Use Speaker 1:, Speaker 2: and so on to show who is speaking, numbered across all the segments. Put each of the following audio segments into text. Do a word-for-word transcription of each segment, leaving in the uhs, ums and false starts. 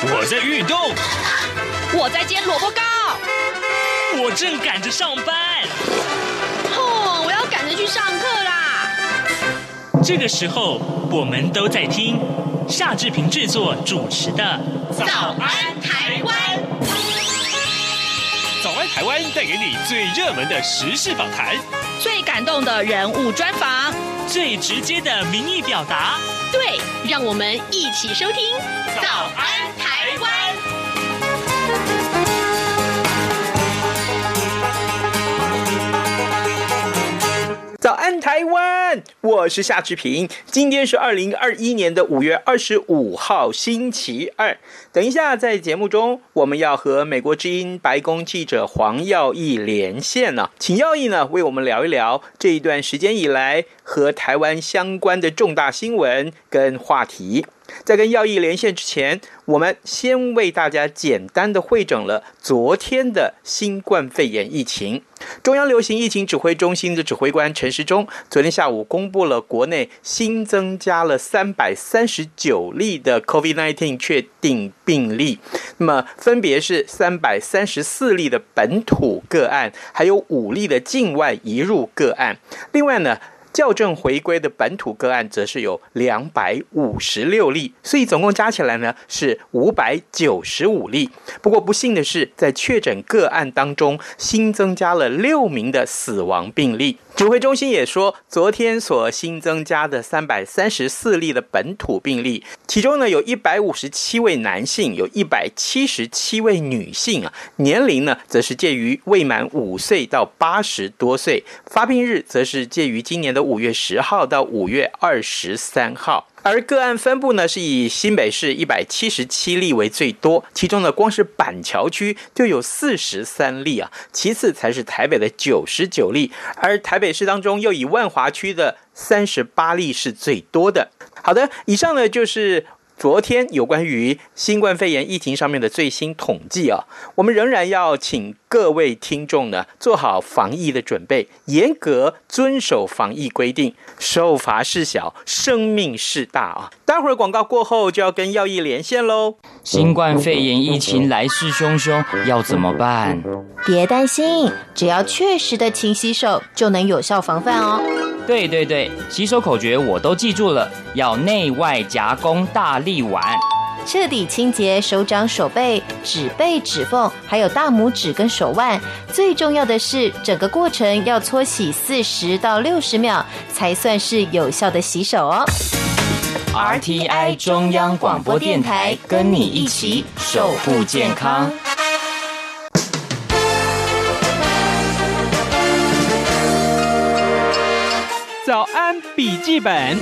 Speaker 1: 我在运动，
Speaker 2: 我在煎萝卜糕，
Speaker 1: 我正赶着上班。
Speaker 2: 哦，我要赶着去上课啦。
Speaker 1: 这个时候，我们都在听夏志平制作主持的《
Speaker 2: 早安台湾》。
Speaker 1: 早安台湾带给你最热门的时事访谈，
Speaker 2: 最感动的人物专访，
Speaker 1: 最直接的民意表达。
Speaker 2: 对，让我们一起收听《早安台湾》。
Speaker 3: 早安台湾，我是夏志平。今天是二零二一年的五月二十五号，星期二。等一下在节目中，我们要和美国之音白宫记者黄耀毅连线呢，请耀毅呢为我们聊一聊这一段时间以来和台湾相关的重大新闻跟话题。在跟耀毅连线之前，我们先为大家简单的汇整了昨天的新冠肺炎疫情。中央流行疫情指挥中心的指挥官陈时中昨天下午公布了国内新增加了三百三十九例的 COVID 十九 确定病例，那么分别是三百三十四例的本土个案，还有五例的境外移入个案。另外呢，校正回归的本土个案则是有两百五十六例，所以总共加起来呢是五百九十五例。不过不幸的是，在确诊个案当中新增加了六名的死亡病例。指挥中心也说，昨天所新增加的三百三十四例的本土病例，其中呢有一百五十七位男性，有一百七十七位女性啊，年龄呢则是介于未满五岁到八十多岁，发病日则是介于今年的五月十号到五月二十三号。而个案分布呢，是以新北市一百七十七例为最多，其中呢，光是板桥区就有四十三例啊，其次才是台北的九十九例，而台北市当中又以万华区的三十八例是最多的。好的，以上呢就是昨天有关于新冠肺炎疫情上面的最新统计啊，我们仍然要请各位听众呢做好防疫的准备，严格遵守防疫规定，守法事小，生命事大啊！待会儿广告过后就要跟耀毅连线喽。
Speaker 4: 新冠肺炎疫情来势汹汹，要怎么办？
Speaker 5: 别担心，只要确实的勤洗手，就能有效防范哦。
Speaker 4: 对对对，洗手口诀我都记住了，要内外夹攻大力丸，
Speaker 5: 彻底清洁手掌、手背、指背、指缝，还有大拇指跟手腕。最重要的是，整个过程要搓洗四十到六十秒，才算是有效的洗手哦。
Speaker 4: R T I 中央广播电台，跟你一起守护健康。
Speaker 3: 早安笔记本，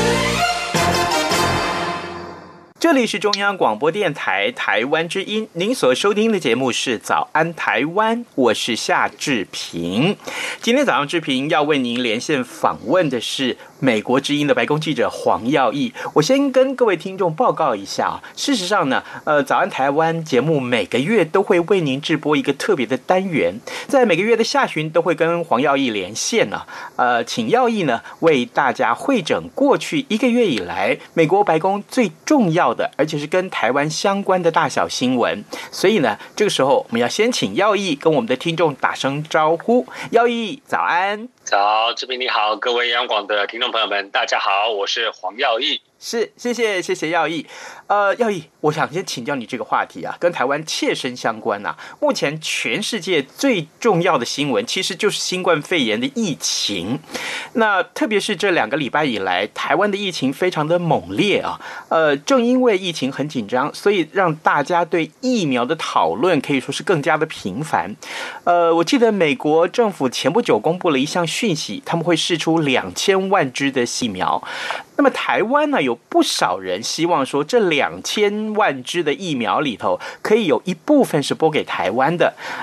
Speaker 3: 这里是中央广播电台台湾之音，您所收听的节目是早安台湾，我是夏志平。今天早上志平要为您连线访问的是美国之音的白宫记者黄耀毅。我先跟各位听众报告一下，事实上呢，呃，早安台湾节目每个月都会为您直播一个特别的单元，在每个月的下旬都会跟黄耀毅连线呢、啊，呃，请耀毅呢为大家汇整过去一个月以来美国白宫最重要的，而且是跟台湾相关的大小新闻。所以呢，这个时候我们要先请耀毅跟我们的听众打声招呼。耀毅，早安。
Speaker 6: 早，志平你好，各位央广的听众朋友们，大家好，我是黄耀毅。
Speaker 3: 是，谢谢谢谢耀毅。呃，耀毅，我想先请教你这个话题啊，跟台湾切身相关啊。目前全世界最重要的新闻，其实就是新冠肺炎的疫情。那特别是这两个礼拜以来，台湾的疫情非常的猛烈啊。呃，正因为疫情很紧张，所以让大家对疫苗的讨论可以说是更加的频繁。呃，我记得美国政府前不久公布了一项讯息，他们会释出两千万支的疫苗。那么台湾呢，有不少人希望说，这两千万支的疫苗里头，可以有一部分是拨给台湾的啊。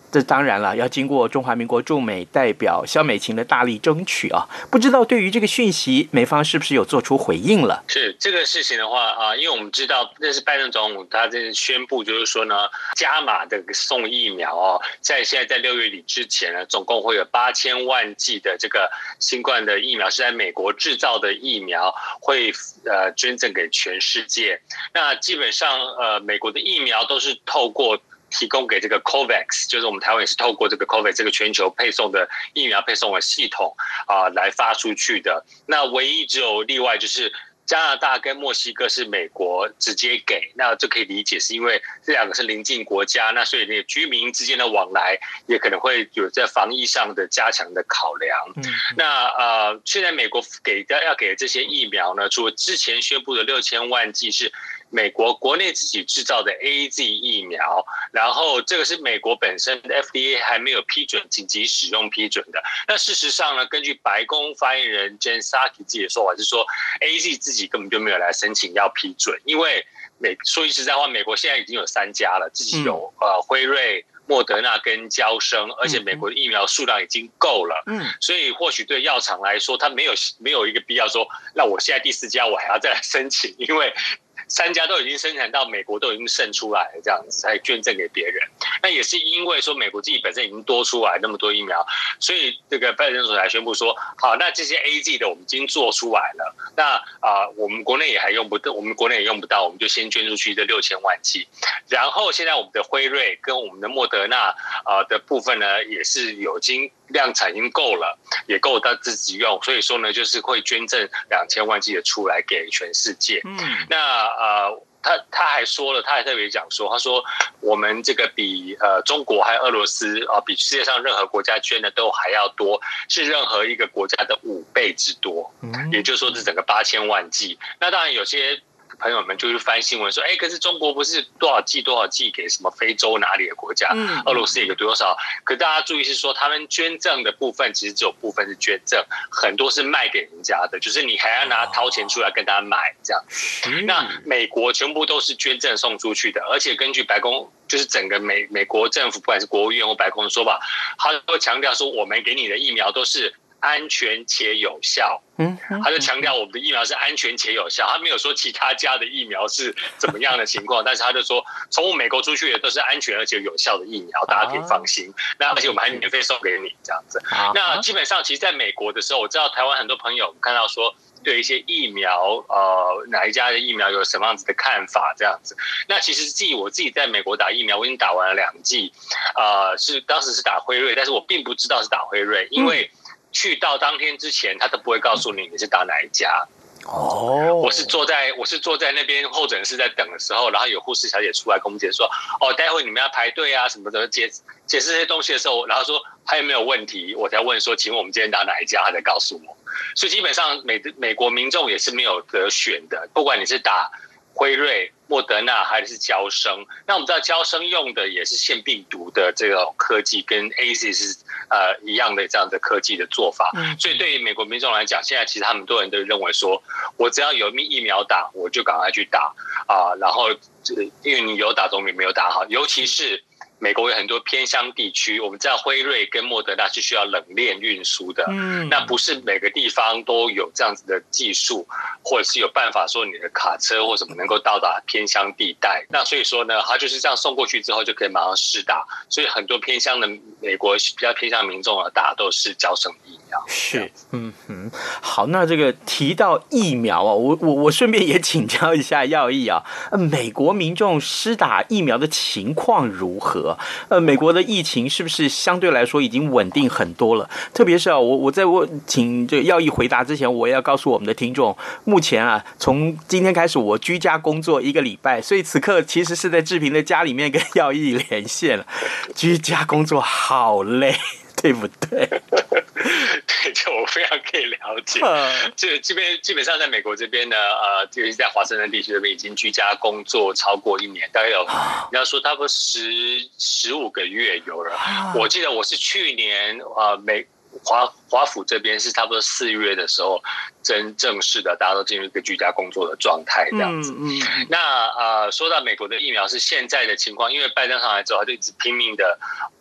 Speaker 3: 这当然了，要经过中华民国驻美代表萧美琴的大力争取啊。不知道对于这个讯息，美方是不是有做出回应了？
Speaker 6: 是这个事情的话啊，因为我们知道这是拜登总统他这宣布，就是说呢，加码的送疫苗哦，在现在在六月底之前呢，总共会有八千万剂的这个新冠的疫苗是在美国制造的疫苗，会呃捐赠给全世界。那基本上呃，美国的疫苗都是透过提供给这个 COVAX， 就是我们台湾也是透过这个 COVAX 这个全球配送的疫苗配送的系统啊、呃、来发出去的。那唯一只有例外就是加拿大跟墨西哥是美国直接给，那这可以理解是因为这两个是邻近国家，那所以那个居民之间的往来也可能会有在防疫上的加强的考量。嗯、那呃，现在美国给的要给的这些疫苗呢，除了之前宣布的六千万剂是美国国内自己制造的 A Z 疫苗，然后这个是美国本身的 F D A 还没有批准紧急使用批准的。那事实上呢，根据白宫发言人 Jen Psaki 自己的说法是说 A Z 自己根本就没有来申请要批准，因为美说句实在话，美国现在已经有三家了，自己有呃辉瑞、莫德纳跟嬌生，而且美国的疫苗数量已经够了，嗯，所以或许对药厂来说，他没有没有一个必要说，那我现在第四家我还要再来申请，因为三家都已经生产到美国都已经剩出来了，这样子才捐赠给别人。那也是因为说美国自己本身已经多出来那么多疫苗，所以这个拜登所才宣布说，好，那这些 A Z 的我们已经做出来了，那啊、呃、我们国内也还用不到，我们国内也用不到，我们就先捐出去这六千万剂。然后现在我们的辉瑞跟我们的莫德纳啊、呃、的部分呢，也是有经量产已经够了，也够到自己用，所以说呢，就是会捐赠两千万剂的出来给全世界。嗯，那呃，他他还说了，他还特别讲说，他说我们这个比呃中国还有俄罗斯啊、呃，比世界上任何国家捐的都还要多，是任何一个国家的五倍之多。嗯，也就是说，这整个八千万剂。那当然有些朋友们就去翻新闻说，哎，可是中国不是多少剂多少剂给什么非洲哪里的国家，嗯、俄罗斯也给多少？可大家注意是说，他们捐赠的部分其实只有部分是捐赠，很多是卖给人家的，就是你还要拿掏钱出来跟他买这样。嗯、那美国全部都是捐赠送出去的，而且根据白宫，就是整个美美国政府，不管是国务院或白宫的说法，他都强调说，我们给你的疫苗都是安全且有效，嗯，他就强调我们的疫苗是安全且有效，他没有说其他家的疫苗是怎么样的情况，但是他就说从美国出去的都是安全而且有效的疫苗，大家可以放心。那而且我们还免费送给你这样子。那基本上，其实在美国的时候，我知道台湾很多朋友看到说，对一些疫苗，呃，哪一家的疫苗有什么样子的看法这样子。那其实自己我自己在美国打疫苗，我已经打完了两剂，呃，是当时是打辉瑞，但是我并不知道是打辉瑞，因为去到当天之前，他都不会告诉你你是打哪一家。哦，我是坐在我是坐在那边候诊室在等的时候，然后有护士小姐出来跟我们解释说，哦，待会你们要排队啊什么的，解解释这些东西的时候，然后说还有没有问题，我才问说，请问我们今天打哪一家，他才告诉我。所以基本上美美国民众也是没有得选的，不管你是打辉瑞、莫德纳还是嬌生，那我们知道嬌生用的也是腺病毒的这种科技，跟 A Z 是呃一样的这样的科技的做法。所以对于美国民众来讲，现在其实他们很多人都认为说，我只要有疫苗打，我就赶快去打啊、呃。然后因为你有打总比没有打好，尤其是美国有很多偏乡地区，我们知道辉瑞跟莫德纳是需要冷链运输的，嗯，那不是每个地方都有这样子的技术，或者是有办法说你的卡车或什么能够到达偏乡地带。那所以说呢，它就是这样送过去之后就可以马上施打，所以很多偏乡的美国比较偏向民众啊，打都是嬌生疫苗。
Speaker 3: 是，嗯哼，好，那这个提到疫苗啊，我我我顺便也请教一下耀毅啊，美国民众施打疫苗的情况如何？呃，美国的疫情是不是相对来说已经稳定很多了？特别是啊，我我在我请这个耀毅回答之前，我也要告诉我们的听众，目前啊，从今天开始我居家工作一个礼拜，所以此刻其实是在志平的家里面跟耀毅连线了。居家工作好累，对不对？
Speaker 6: 对，这我非常可以了解。这这边基本上在美国这边呢，呃，尤其在华盛顿地区这边已经居家工作超过一年，大概有你要说差不多十十五个月有了。我记得我是去年呃美华华府这边是差不多四月的时候，真正式的大家都进入一个居家工作的状态这样子。嗯嗯、那呃说到美国的疫苗是现在的情况，因为拜登上来之后他就一直拼命的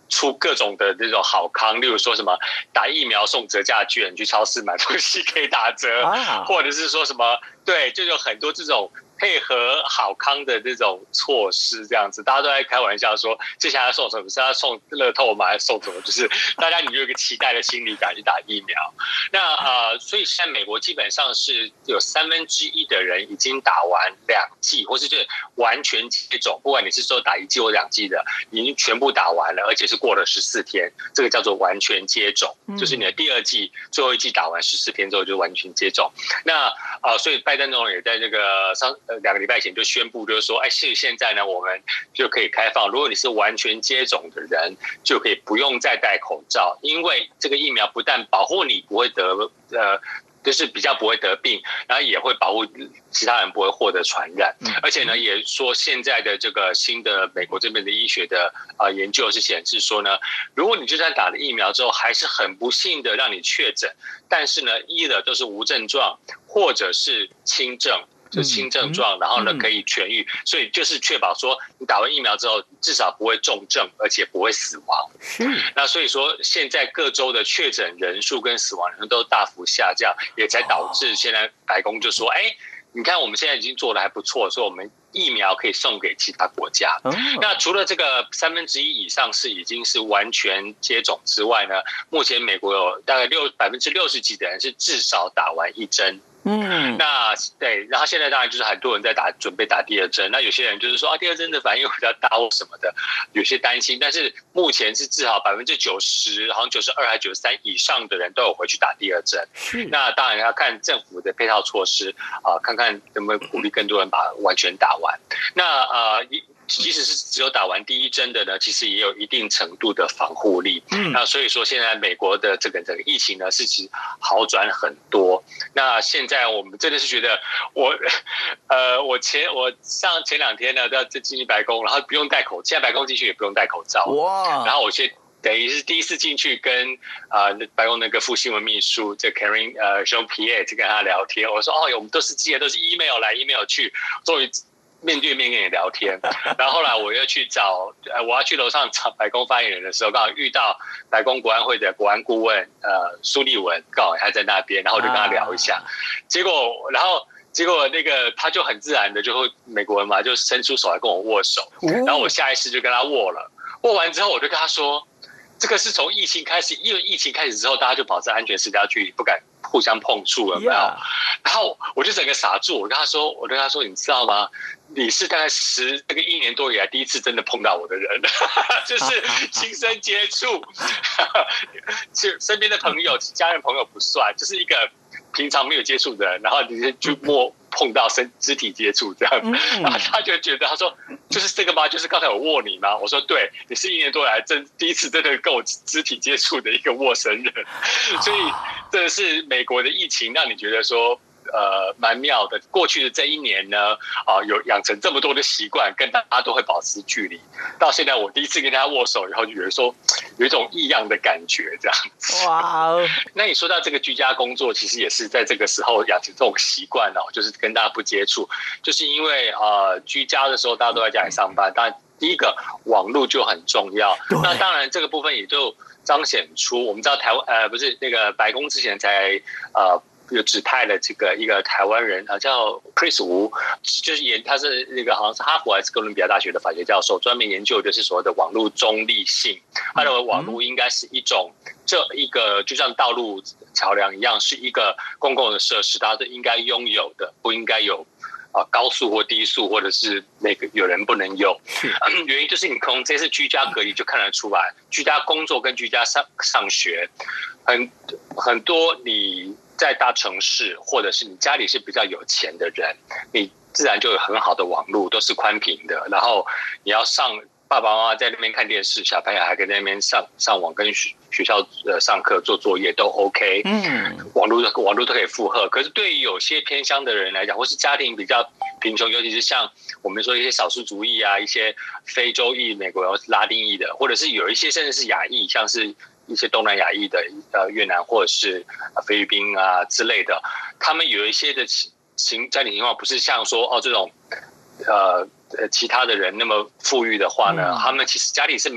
Speaker 6: 出各种的这种好康，例如说什么打疫苗送折价券，去超市买东西可以打折，啊、或者是说什么对，就有很多这种配合好康的这种措施，这样子大家都在开玩笑说，接下来送什么？是要送乐透吗？还是送什么？就是大家你就有一个期待的心理感去打疫苗。那呃，所以现在美国基本上是有三分之一的人已经打完两剂，或是就完全接种，不管你是说打一剂或两剂的，已经全部打完了，而且是过了十四天，这个叫做完全接种，就是你的第二剂最后一剂打完十四天之后就完全接种。那呃，所以拜登总统也在这个上呃两个礼拜前就宣布，就是说，哎，是现在呢，我们就可以开放，如果你是完全接种的人，就可以不用再戴口罩，因为这个疫苗不但保护你不会得呃。就是比较不会得病，然后也会保护其他人不会获得传染，而且呢，也说现在的这个新的美国这边的医学的呃研究是显示说呢，如果你就算打了疫苗之后，还是很不幸的让你确诊，但是呢，一的都是无症状或者是轻症。就是轻症状，然后呢可以痊愈，所以就是确保说你打完疫苗之后至少不会重症，而且不会死亡。那所以说现在各州的确诊人数跟死亡人数都大幅下降，也才导致现在白宫就说，哎，你看我们现在已经做得还不错，所以我们疫苗可以送给其他国家。那除了这个三分之一以上是已经是完全接种之外呢，目前美国有大概六百分之六十几的人是至少打完一针。嗯，那对，然后现在当然就是很多人在打，准备打第二针。那有些人就是说啊，第二针的反应比较大或什么的，有些担心。但是目前是至少百分之九十，好像九十二还九十三以上的人都有回去打第二针。那当然要看政府的配套措施啊、呃，看看能不能鼓励更多人把完全打完。那呃。即使是只有打完第一针的呢，其实也有一定程度的防护力。嗯，那所以说现在美国的这个这个疫情呢，是其实好转很多。那现在我们真的是觉得我，呃，我前我上前两天呢，要进去白宫，然后不用戴口罩，现在白宫进去也不用戴口罩。哇！然后我去等于是第一次进去跟啊、呃、白宫那个副新闻秘书这 Karen 呃 Jean-Pierre 跟他聊天，我说哦，我们都是记得都是 email 来 email 去，终于面对面跟你聊天。然后后来我又去找呃我要去楼上找白宫发言人的时候，刚好遇到白宫国安会的国安顾问呃苏立文，刚好还在那边，然后我就跟他聊一下，结果然后结果那个他就很自然的就会美国人嘛，就伸出手来跟我握手，然后我下意识就跟他握了，握完之后我就跟他说，这个是从疫情开始，因为疫情开始之后，大家就保持安全社交距离，不敢互相碰触，有没有？ Yeah. 然后我就整个傻住，我跟他说，我跟他说，你知道吗？你是大概十这个一年多以来第一次真的碰到我的人，就是亲身接触，就身边的朋友、家人朋友不算，就是一个平常没有接触的人，然后你就摸碰到身肢体接触这样，然后他就觉得他说就是这个吗？就是刚才我握你吗？我说对，你是一年多来真第一次真的跟我肢体接触的一个陌生人，所以这是美国的疫情让你觉得说。呃，蛮妙的。过去的这一年呢，啊、呃，有养成这么多的习惯，跟大家都会保持距离。到现在，我第一次跟他握手以后，就觉得说有一种异样的感觉，这样子。哇哦！那你说到这个居家工作，其实也是在这个时候养成这种习惯哦，就是跟大家不接触，就是因为呃，居家的时候大家都在家里上班，当然第一个网络就很重要。那当然这个部分也就彰显出，我们知道台湾呃不是那个白宫之前才呃。有指派了这个一个台湾人啊，叫 Chris Wu， 就是研他是那个好像是哈佛还是哥伦比亚大学的法学教授，专门研究的是所谓的网络中立性。他认为网络应该是一种这一个就像道路桥梁一样，是一个公共的设施，大家都应该拥有的，不应该有啊高速或低速，或者是那个有人不能用。嗯、原因就是你从这次居家隔离就看得出来，居家工作跟居家上上学，很很多你。在大城市，或者是你家里是比较有钱的人，你自然就有很好的网络，都是宽频的。然后你要上爸爸妈妈在那边看电视，小朋友还可以在那边上上网，跟学学校呃上课做作业都 OK。嗯，网络网络都可以负荷。可是对于有些偏乡的人来讲，或是家庭比较贫穷，尤其是像我们说一些少数族裔啊，一些非洲裔、美国拉丁裔的，或者是有一些甚至是亚裔，像是。一些东南亚裔的呃越南或者是菲律宾啊之类的，他们有一些的情家庭情况不是像说哦这种呃其他的人那么富裕的话呢，嗯、他们其实家里是没有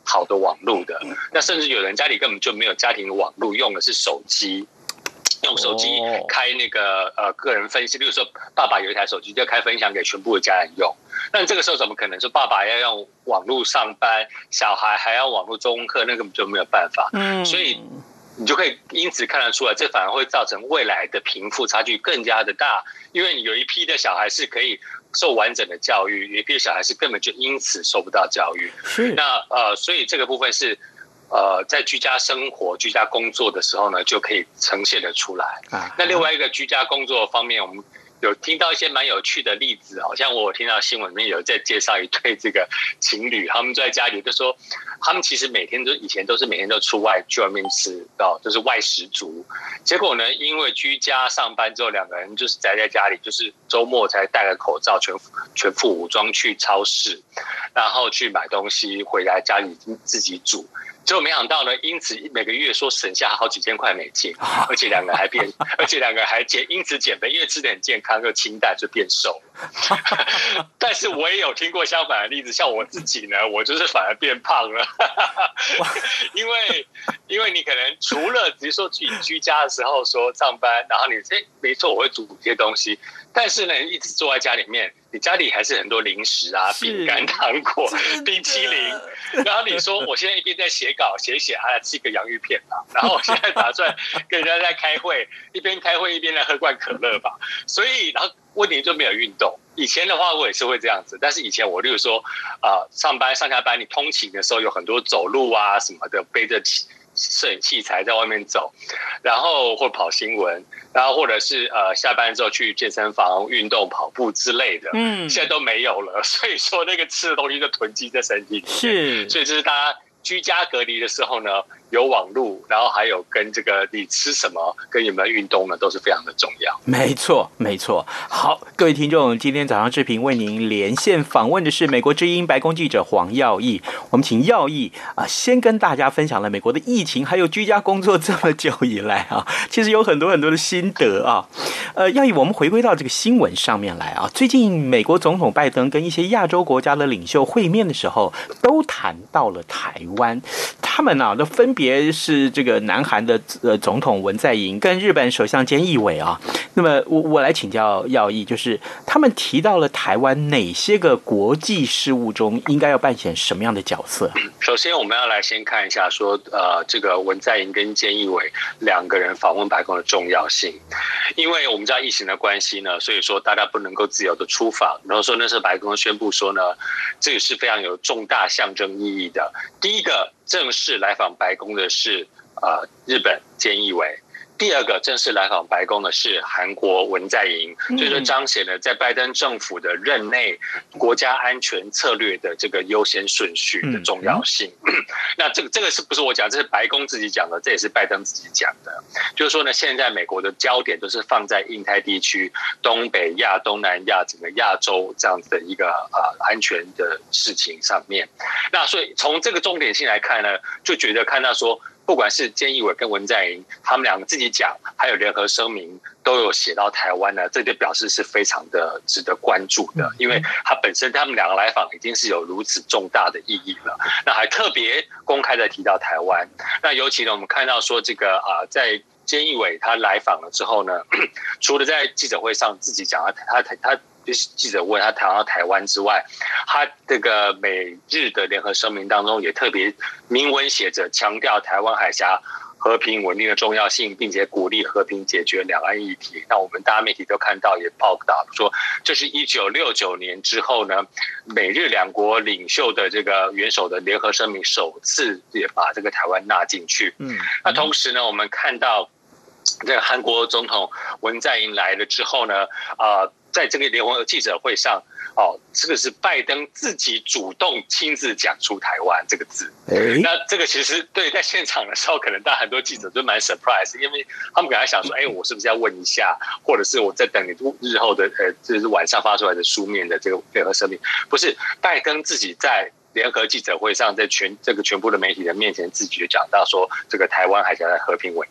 Speaker 6: 好的网路的。那甚至有人家里根本就没有家庭网路，用的是手机。用手机开那个呃个人分析，比如说爸爸有一台手机就开分享给全部的家人用，那这个时候怎么可能说爸爸要用网络上班，小孩还要网络做功课，那根本就没有办法。嗯，所以你就可以因此看得出来，这反而会造成未来的贫富差距更加的大，因为你有一批的小孩是可以受完整的教育，有一批的小孩是根本就因此受不到教育。是，那呃，所以这个部分是。呃，在居家生活、居家工作的时候呢，就可以呈现得出来。啊、那另外一个居家工作方面，我们有听到一些蛮有趣的例子，好像我有听到新闻里面有在介绍一对这个情侣，他们在家里就说，他们其实每天都以前都是每天都出外去外面吃，哦，就是外食族。结果呢，因为居家上班之后，两个人就是宅在家里，就是周末才戴个口罩，全全副武装去超市，然后去买东西，回来家里自己煮。结果没想到呢，因此每个月说省下好几千块美金，而且两个还变，而且两个还减，因此减肥，因为吃得很健康又清淡，就变瘦了。但是我也有听过相反的例子，像我自己呢，我就是反而变胖了，因为因为你可能除了比如说自己居家的时候说上班，然后你哎没错我会煮一些东西，但是呢一直坐在家里面。你家里还是很多零食啊，饼干、糖果、冰淇淋。然后你说，我现在一边在写稿，写一写，还吃一个洋芋片吧。然后我现在打算跟人家在开会，一边开会一边来喝罐可乐吧。所以，然后问题就没有运动。以前的话，我也是会这样子，但是以前我例如说，啊、呃，上班上下班，你通勤的时候有很多走路啊什么的，背着摄影器材在外面走，然后或跑新闻，然后或者是呃下班之后去健身房运动、跑步之类的，嗯，现在都没有了。所以说那个吃的东西就囤积在身体里面，是，所以这是大家居家隔离的时候呢，有网路，然后还有跟这个你吃什么、跟有没有运动呢，都是非常的重要。
Speaker 3: 没错，没错。好，各位听众，今天早上志平为您连线访问的是美国之音白宫记者黄耀义。我们请耀义啊、呃，先跟大家分享了美国的疫情，还有居家工作这么久以来啊，其实有很多很多的心得啊。呃，耀义，我们回归到这个新闻上面来啊。最近美国总统拜登跟一些亚洲国家的领袖会面的时候，都谈到了台湾，他们啊都分别。别是这个南韩的呃总统文在寅跟日本首相菅义伟啊，那么我我来请教耀义，就是他们提到了台湾哪些个国际事务中应该要扮演什么样的角色？
Speaker 6: 首先我们要来先看一下说呃这个文在寅跟菅义伟两个人访问白宫的重要性，因为我们知道疫情的关系呢，所以说大家不能够自由的出访，然后说那时候白宫宣布说呢，这个是非常有重大象征意义的。第一个正式来访白宫的是呃日本菅义伟，第二个正式来访白宫的是韩国文在寅，所以说彰显了在拜登政府的任内国家安全策略的这个优先顺序的重要性。嗯、那这个这个是不是我讲，这是白宫自己讲的，这也是拜登自己讲的。就是说呢，现在美国的焦点都是放在印太地区、东北亚、东南亚、整个亚洲这样子的一个呃安全的事情上面。那所以从这个重点性来看呢，就觉得看到说。不管是菅义伟跟文在寅，他们两个自己讲，还有联合声明都有写到台湾呢，这就表示是非常的值得关注的，因为他本身他们两个来访已经是有如此重大的意义了，那还特别公开的提到台湾。那尤其呢，我们看到说这个啊、呃，在菅义伟他来访了之后呢，除了在记者会上自己讲他他他。就是记者问他谈到台湾之外，他这个美日的联合声明当中也特别明文写着强调台湾海峡和平稳定的重要性，并且鼓励和平解决两岸议题。那我们大家媒体都看到也报道说，这是一九六九年之后呢，美日两国领袖的这个元首的联合声明首次也把这个台湾纳进去。嗯，那同时呢，我们看到这个韩国总统文在寅来了之后呢，啊、呃。在这个联合记者会上，哦，这个是拜登自己主动亲自讲出台湾这个字。那这个其实对在现场的时候，可能大家很多记者都蛮 surprise， 因为他们可能想说，哎，我是不是要问一下，或者是我在等日后的呃，就是晚上发出来的书面的这个联合声明？不是，拜登自己在联合记者会上，在全这个全部的媒体的面前，自己就讲到说，这个台湾海峡的和平稳定。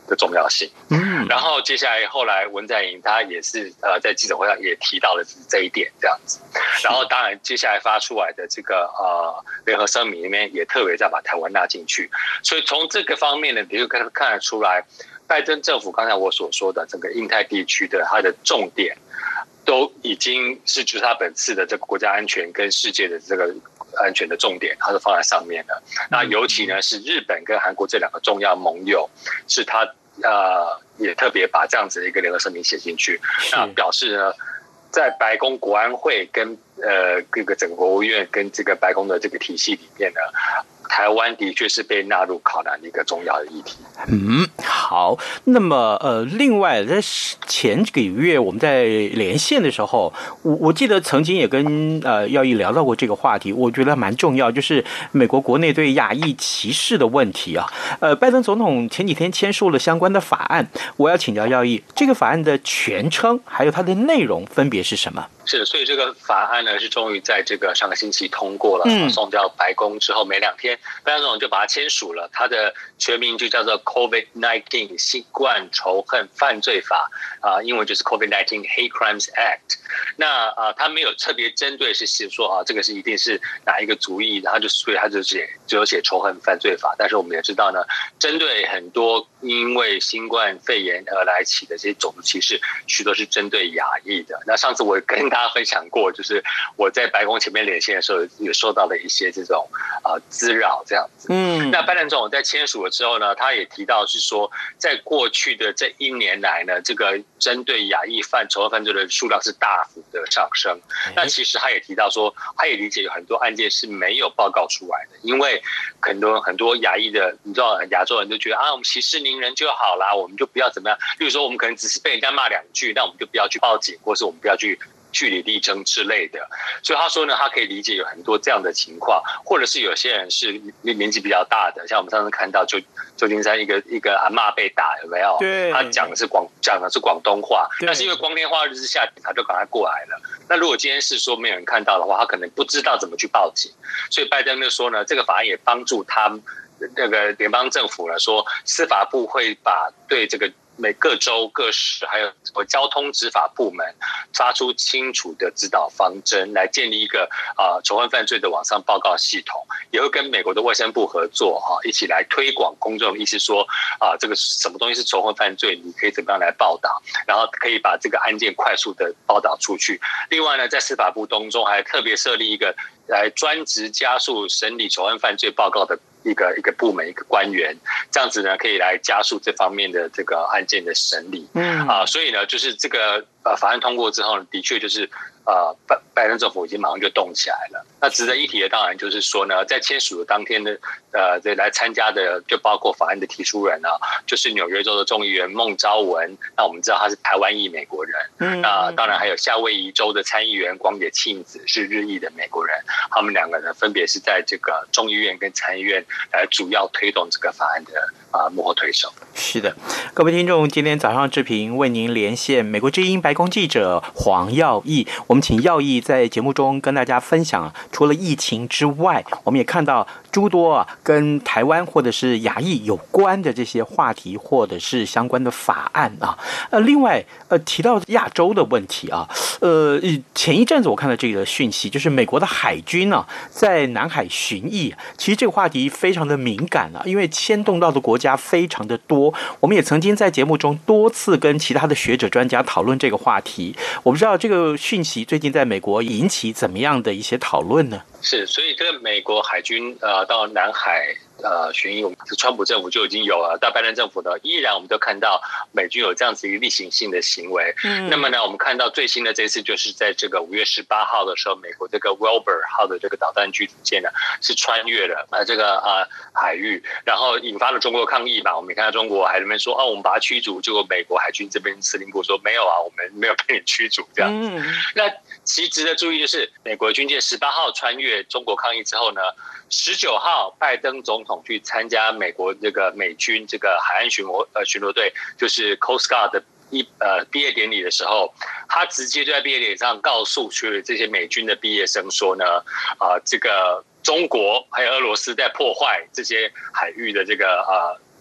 Speaker 6: 的重要性。嗯，然后接下来后来文在寅他也是呃在记者会上也提到了这一点这样子。然后当然接下来发出来的这个呃联合声明里面也特别再把台湾纳进去。所以从这个方面呢，你就看看得出来，拜登政府刚才我所说的整个印太地区的它的重点，都已经是就是他本次的这个国家安全跟世界的这个安全的重点，它是放在上面的。那尤其呢是日本跟韩国这两个重要盟友，是他呃也特别把这样子的一个联合声明写进去，那表示呢，在白宫国安会跟呃各个整个国务院跟这个白宫的这个体系里面呢，台湾的确是被纳入考量的一个重要的议题。
Speaker 3: 嗯，好。那么呃，另外在前几个月我们在连线的时候，我我记得曾经也跟呃耀毅聊到过这个话题，我觉得蛮重要，就是美国国内对亚裔歧视的问题啊。呃，拜登总统前几天签署了相关的法案，我要请教耀毅，这个法案的全称还有它的内容分别是什么？
Speaker 6: 是的，所以这个法案呢是终于在这个上个星期通过了，嗯、送到白宫之后没两天，拜登总统就把它签署了。它的全名就叫做 COVID 十九 新冠仇恨犯罪法，啊、呃，英文就是 COVID 十九 Hate Crimes Act。那啊，他、呃、没有特别针对是写说啊，这个是一定是哪一个族裔，然后就所以他就写只有写仇恨犯罪法。但是我们也知道呢，针对很多因为新冠肺炎而来起的这些种族歧视，许多是针对亚裔的。那上次我跟大家分享过，就是我在白宫前面连线的时候，也受到了一些这种啊、呃、滋扰这样子。嗯，那拜登总统在签署了之后呢，他也提到是说，在过去的这一年来呢，这个针对亚裔犯仇恨犯罪的数量是大幅的上升。那其实他也提到说，他也理解有很多案件是没有报告出来的，因为很多很多亚裔的，你知道亚洲人就觉得啊，我们息事宁人就好啦，我们就不要怎么样。例如说，我们可能只是被人家骂两句，那我们就不要去报警，或是我们不要去据理力争之类的。所以他说呢，他可以理解有很多这样的情况，或者是有些人是年纪比较大的，像我们上次看到旧旧金山一个一个阿嬷被打，有没有？对，他讲的是广讲的是广东话，但是因为光天化日之下，警察就赶快过来了。那如果今天是说没有人看到的话，他可能不知道怎么去报警。所以拜登就说呢，这个法案也帮助他那个联邦政府呢，说司法部会把对这个每各州各市还有交通执法部门发出清楚的指导方针，来建立一个啊、呃、仇恨犯罪的网上报告系统，也会跟美国的卫生部合作哈、啊，一起来推广公众的意思说啊，这个什么东西是仇恨犯罪，你可以怎么样来报道，然后可以把这个案件快速的报道出去。另外呢，在司法部当中还特别设立一个来专职加速审理仇恨犯罪报告的一个一个部门一个官员，这样子呢可以来加速这方面的这个案件的审理。嗯啊，所以呢，就是这个呃法案通过之后呢，的确就是呃拜拜登政府已经马上就动起来了。那值得一提的当然就是说呢，在签署的当天的呃这来参加的就包括法案的提出人啊，就是纽约州的众议员孟昭文。那我们知道他是台湾裔美国人。嗯，那当然还有夏威夷州的参议员广野庆子是日裔的美国人。他们两个人分别是在这个众议院跟参议院来主要推动这个法案的啊幕后推手。
Speaker 3: 是的，各位听众，今天早上志平为您连线美国之音白宫记者黄耀毅，我们请耀毅在节目中跟大家分享，除了疫情之外，我们也看到诸多啊跟台湾或者是亚裔有关的这些话题，或者是相关的法案啊。呃，另外呃提到亚洲的问题啊，呃前一阵子我看到这个讯息，就是美国的海军呢、啊、在南海巡弋，其实这个话题非常的敏感啊，因为牵动到的国家非常的多。我们也曾经在节目中多次跟其他的学者专家讨论这个话题。我不知道这个讯息最近在美国引起怎么样的一些讨论呢？
Speaker 6: 是，所以这个美国海军呃到南海呃巡弋，我们川普政府就已经有了，到拜登政府呢，依然我们都看到美军有这样子一个例行性的行为。嗯，那么呢，我们看到最新的这次就是在这个五月十八号的时候，美国这个 Wilbur 号的这个导弹驱逐舰呢是穿越了呃这个呃海域，然后引发了中国抗议嘛。我们看到中国海那边说哦，我们把它驱逐，结果美国海军这边司令部说没有啊，我们没有被你驱逐这样子。嗯，那其值得注意就是，美国军舰十八号穿越中国抗议之后呢，十九号拜登总统去参加美国这个美军这个海岸巡逻呃巡逻队，就是 Coast Guard 的一呃毕业典礼的时候，他直接就在毕业典礼上告诉去这些美军的毕业生说呢，啊、呃、这个中国还有俄罗斯在破坏这些海域的这个呃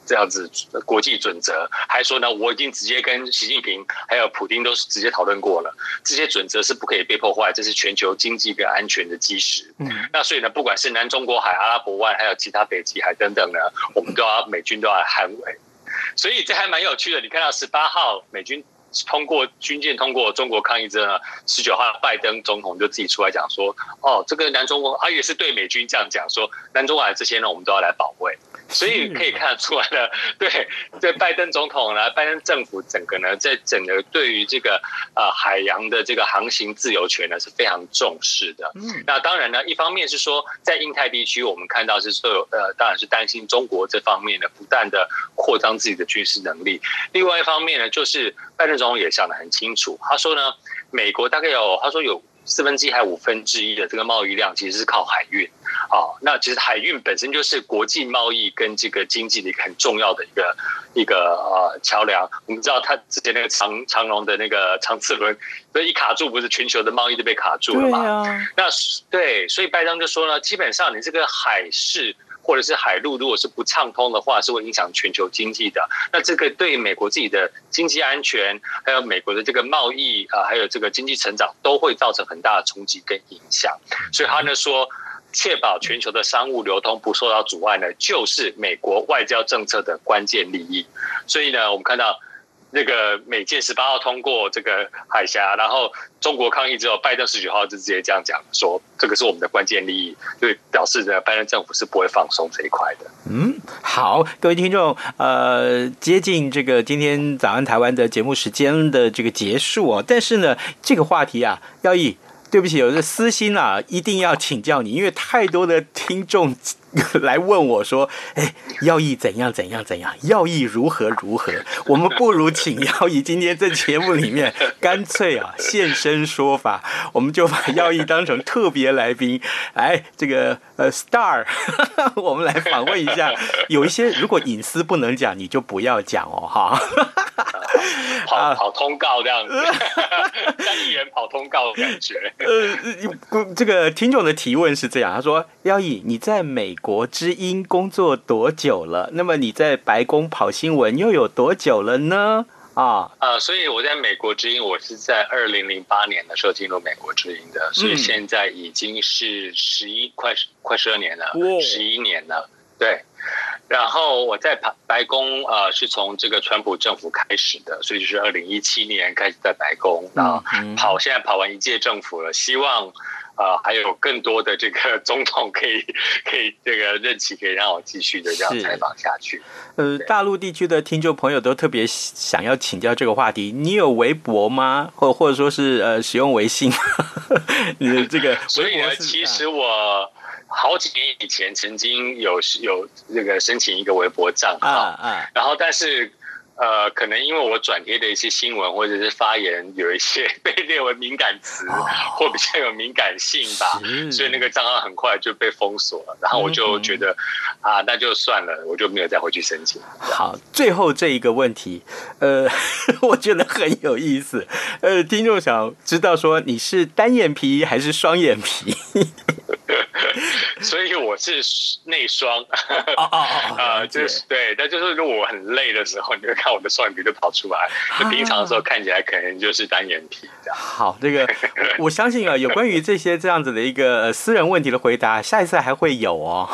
Speaker 6: 这样子国际准则，还说呢，我已经直接跟习近平还有普丁都是直接讨论过了，这些准则是不可以被破坏，这是全球经济跟安全的基石。嗯，那所以呢，不管是南中国海、阿拉伯湾，还有其他北极海等等呢，我们都要美军都要捍卫。所以这还蛮有趣的，你看到十八号美军通过军舰通过中国抗议之后呢，十九号拜登总统就自己出来讲说，哦，这个南中国，他也是对美军这样讲说，南中国海这些呢，我们都要来保卫。所以可以看得出来了，对对，拜登总统呢，拜登政府整个呢，在整个对于这个呃海洋的这个航行自由权呢是非常重视的。嗯，那当然呢，一方面是说在印太地区，我们看到是说呃，当然是担心中国这方面呢不断的扩张自己的军事能力。另外一方面呢，就是拜登总统也想得很清楚，他说呢，美国大概有他说有四分之一还五分之一的这个贸易量其实是靠海运。哦，那其实海运本身就是国际贸易跟这个经济的一个很重要的一个一个呃桥梁。我们知道，他之前那个长长荣的那个长次轮，所以一卡住，不是全球的贸易都被卡住了嘛？对啊。那对，所以拜登就说呢，基本上你这个海事或者是海路如果是不畅通的话，是会影响全球经济的。那这个对美国自己的经济安全，还有美国的这个贸易啊、呃，还有这个经济成长，都会造成很大的冲击跟影响。所以他呢说，确保全球的商务流通不受到阻碍呢，就是美国外交政策的关键利益。所以呢，我们看到那个美舰十八号通过这个海峡，然后中国抗议之后，拜登十九号就直接这样讲说，这个是我们的关键利益，就表示呢，拜登政府是不会放松这一块的。
Speaker 3: 嗯，好，各位听众，呃，接近这个今天早安台湾的节目时间的这个结束哦，但是呢，这个话题啊，要以对不起，有的私心啊，一定要请教你，因为太多的听众来问我说，哎，耀毅怎样怎样怎样，耀毅如何如何，我们不如请耀毅今天在节目里面干脆啊现身说法，我们就把耀毅当成特别来宾，来这个呃 star， 我们来访问一下，有一些如果隐私不能讲，你就不要讲哦，哈。
Speaker 6: 跑跑通告这样子，当艺人跑通告的感觉。
Speaker 3: 呃，这个听众的提问是这样，他说：耀毅，你在美国之音工作多久了？那么你在白宫跑新闻又有多久了呢？啊，
Speaker 6: 呃，所以我在美国之音，我是在二零零八年的时候进入美国之音的，所以现在已经是十一快快十二年了，十一年了，对。然后我在白宫呃是从这个川普政府开始的，所以就是二零一七年开始在白宫，然后跑现在跑完一届政府了，希望呃还有更多的这个总统可以可以这个任期可以让我继续的这样采访下去。
Speaker 3: 呃，大陆地区的听众朋友都特别想要请教这个话题，你有微博吗？或或者说是呃使用微信？你的这个
Speaker 6: 所以呢，其实我。好几年以前曾经有有这个申请一个微博账号，啊啊、然后但是呃，可能因为我转贴的一些新闻或者是发言有一些被列为敏感词，哦、或比较有敏感性吧，所以那个账号很快就被封锁了。然后我就觉得、嗯、啊，那就算了，我就没有再回去申请。
Speaker 3: 好，最后这一个问题，呃，我觉得很有意思。呃，听众想知道说你是单眼皮还是双眼皮？
Speaker 6: 所以我是内双，哦哦哦，呃，就是对，但就是如果我很累的时候，你会看我的双眼皮就跑出来。就平常的时候看起来可能就是单眼皮这样。
Speaker 3: 好，这个我相信啊，有关于这些这样子的一个私人问题的回答，下一次还会有哦。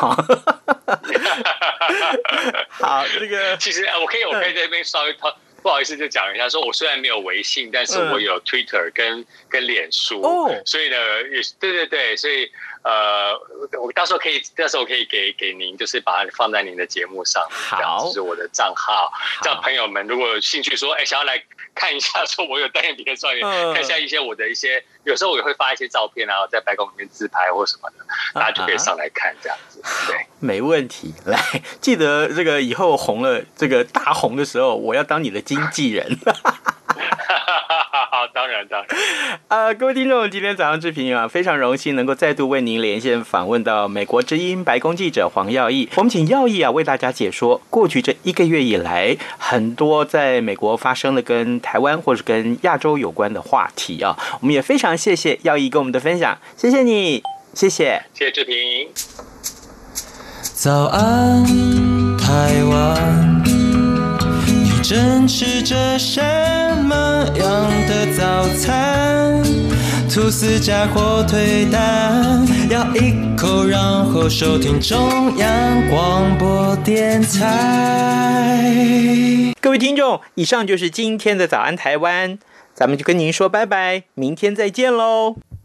Speaker 3: 好，这个
Speaker 6: 其实我可以，我可以在这边稍微掏。不好意思，就讲一下，说我虽然没有微信，但是我有 Twitter 跟、嗯、跟脸书，哦、所以呢，也对对对，所以呃，我到时候可以，到时候我可以给给您，就是把它放在您的节目上，好，这是我的账号，这样朋友们如果有兴趣说，哎，想要来看一下，说我有单眼皮的双眼，嗯、看一下一些我的一些，有时候我也会发一些照片，然后在白宫里面自拍或什么的，大家就可以上来看这样子，对，
Speaker 3: 没问题。来，记得这个以后红了，这个大红的时候，我要当你的经纪人。
Speaker 6: 好，当然当然。
Speaker 3: 呃，各位听众，今天早上之平啊，非常荣幸能够再度为您连线访问到美国之音白宫记者黄耀毅。我们请耀毅啊为大家解说过去这一个月以来很多在美国发生的跟台湾或者跟亚洲有关的话题啊。我们也非常谢谢耀毅跟我们的分享，谢谢你，谢谢，
Speaker 6: 谢谢志平。
Speaker 7: 早安，台湾。 正吃着什么样的早餐？吐司加火腿蛋，咬一口，然后收听中央广播电台。
Speaker 3: 各位听众，以上就是今天的早安台湾，咱们就跟您说拜拜，明天再见喽。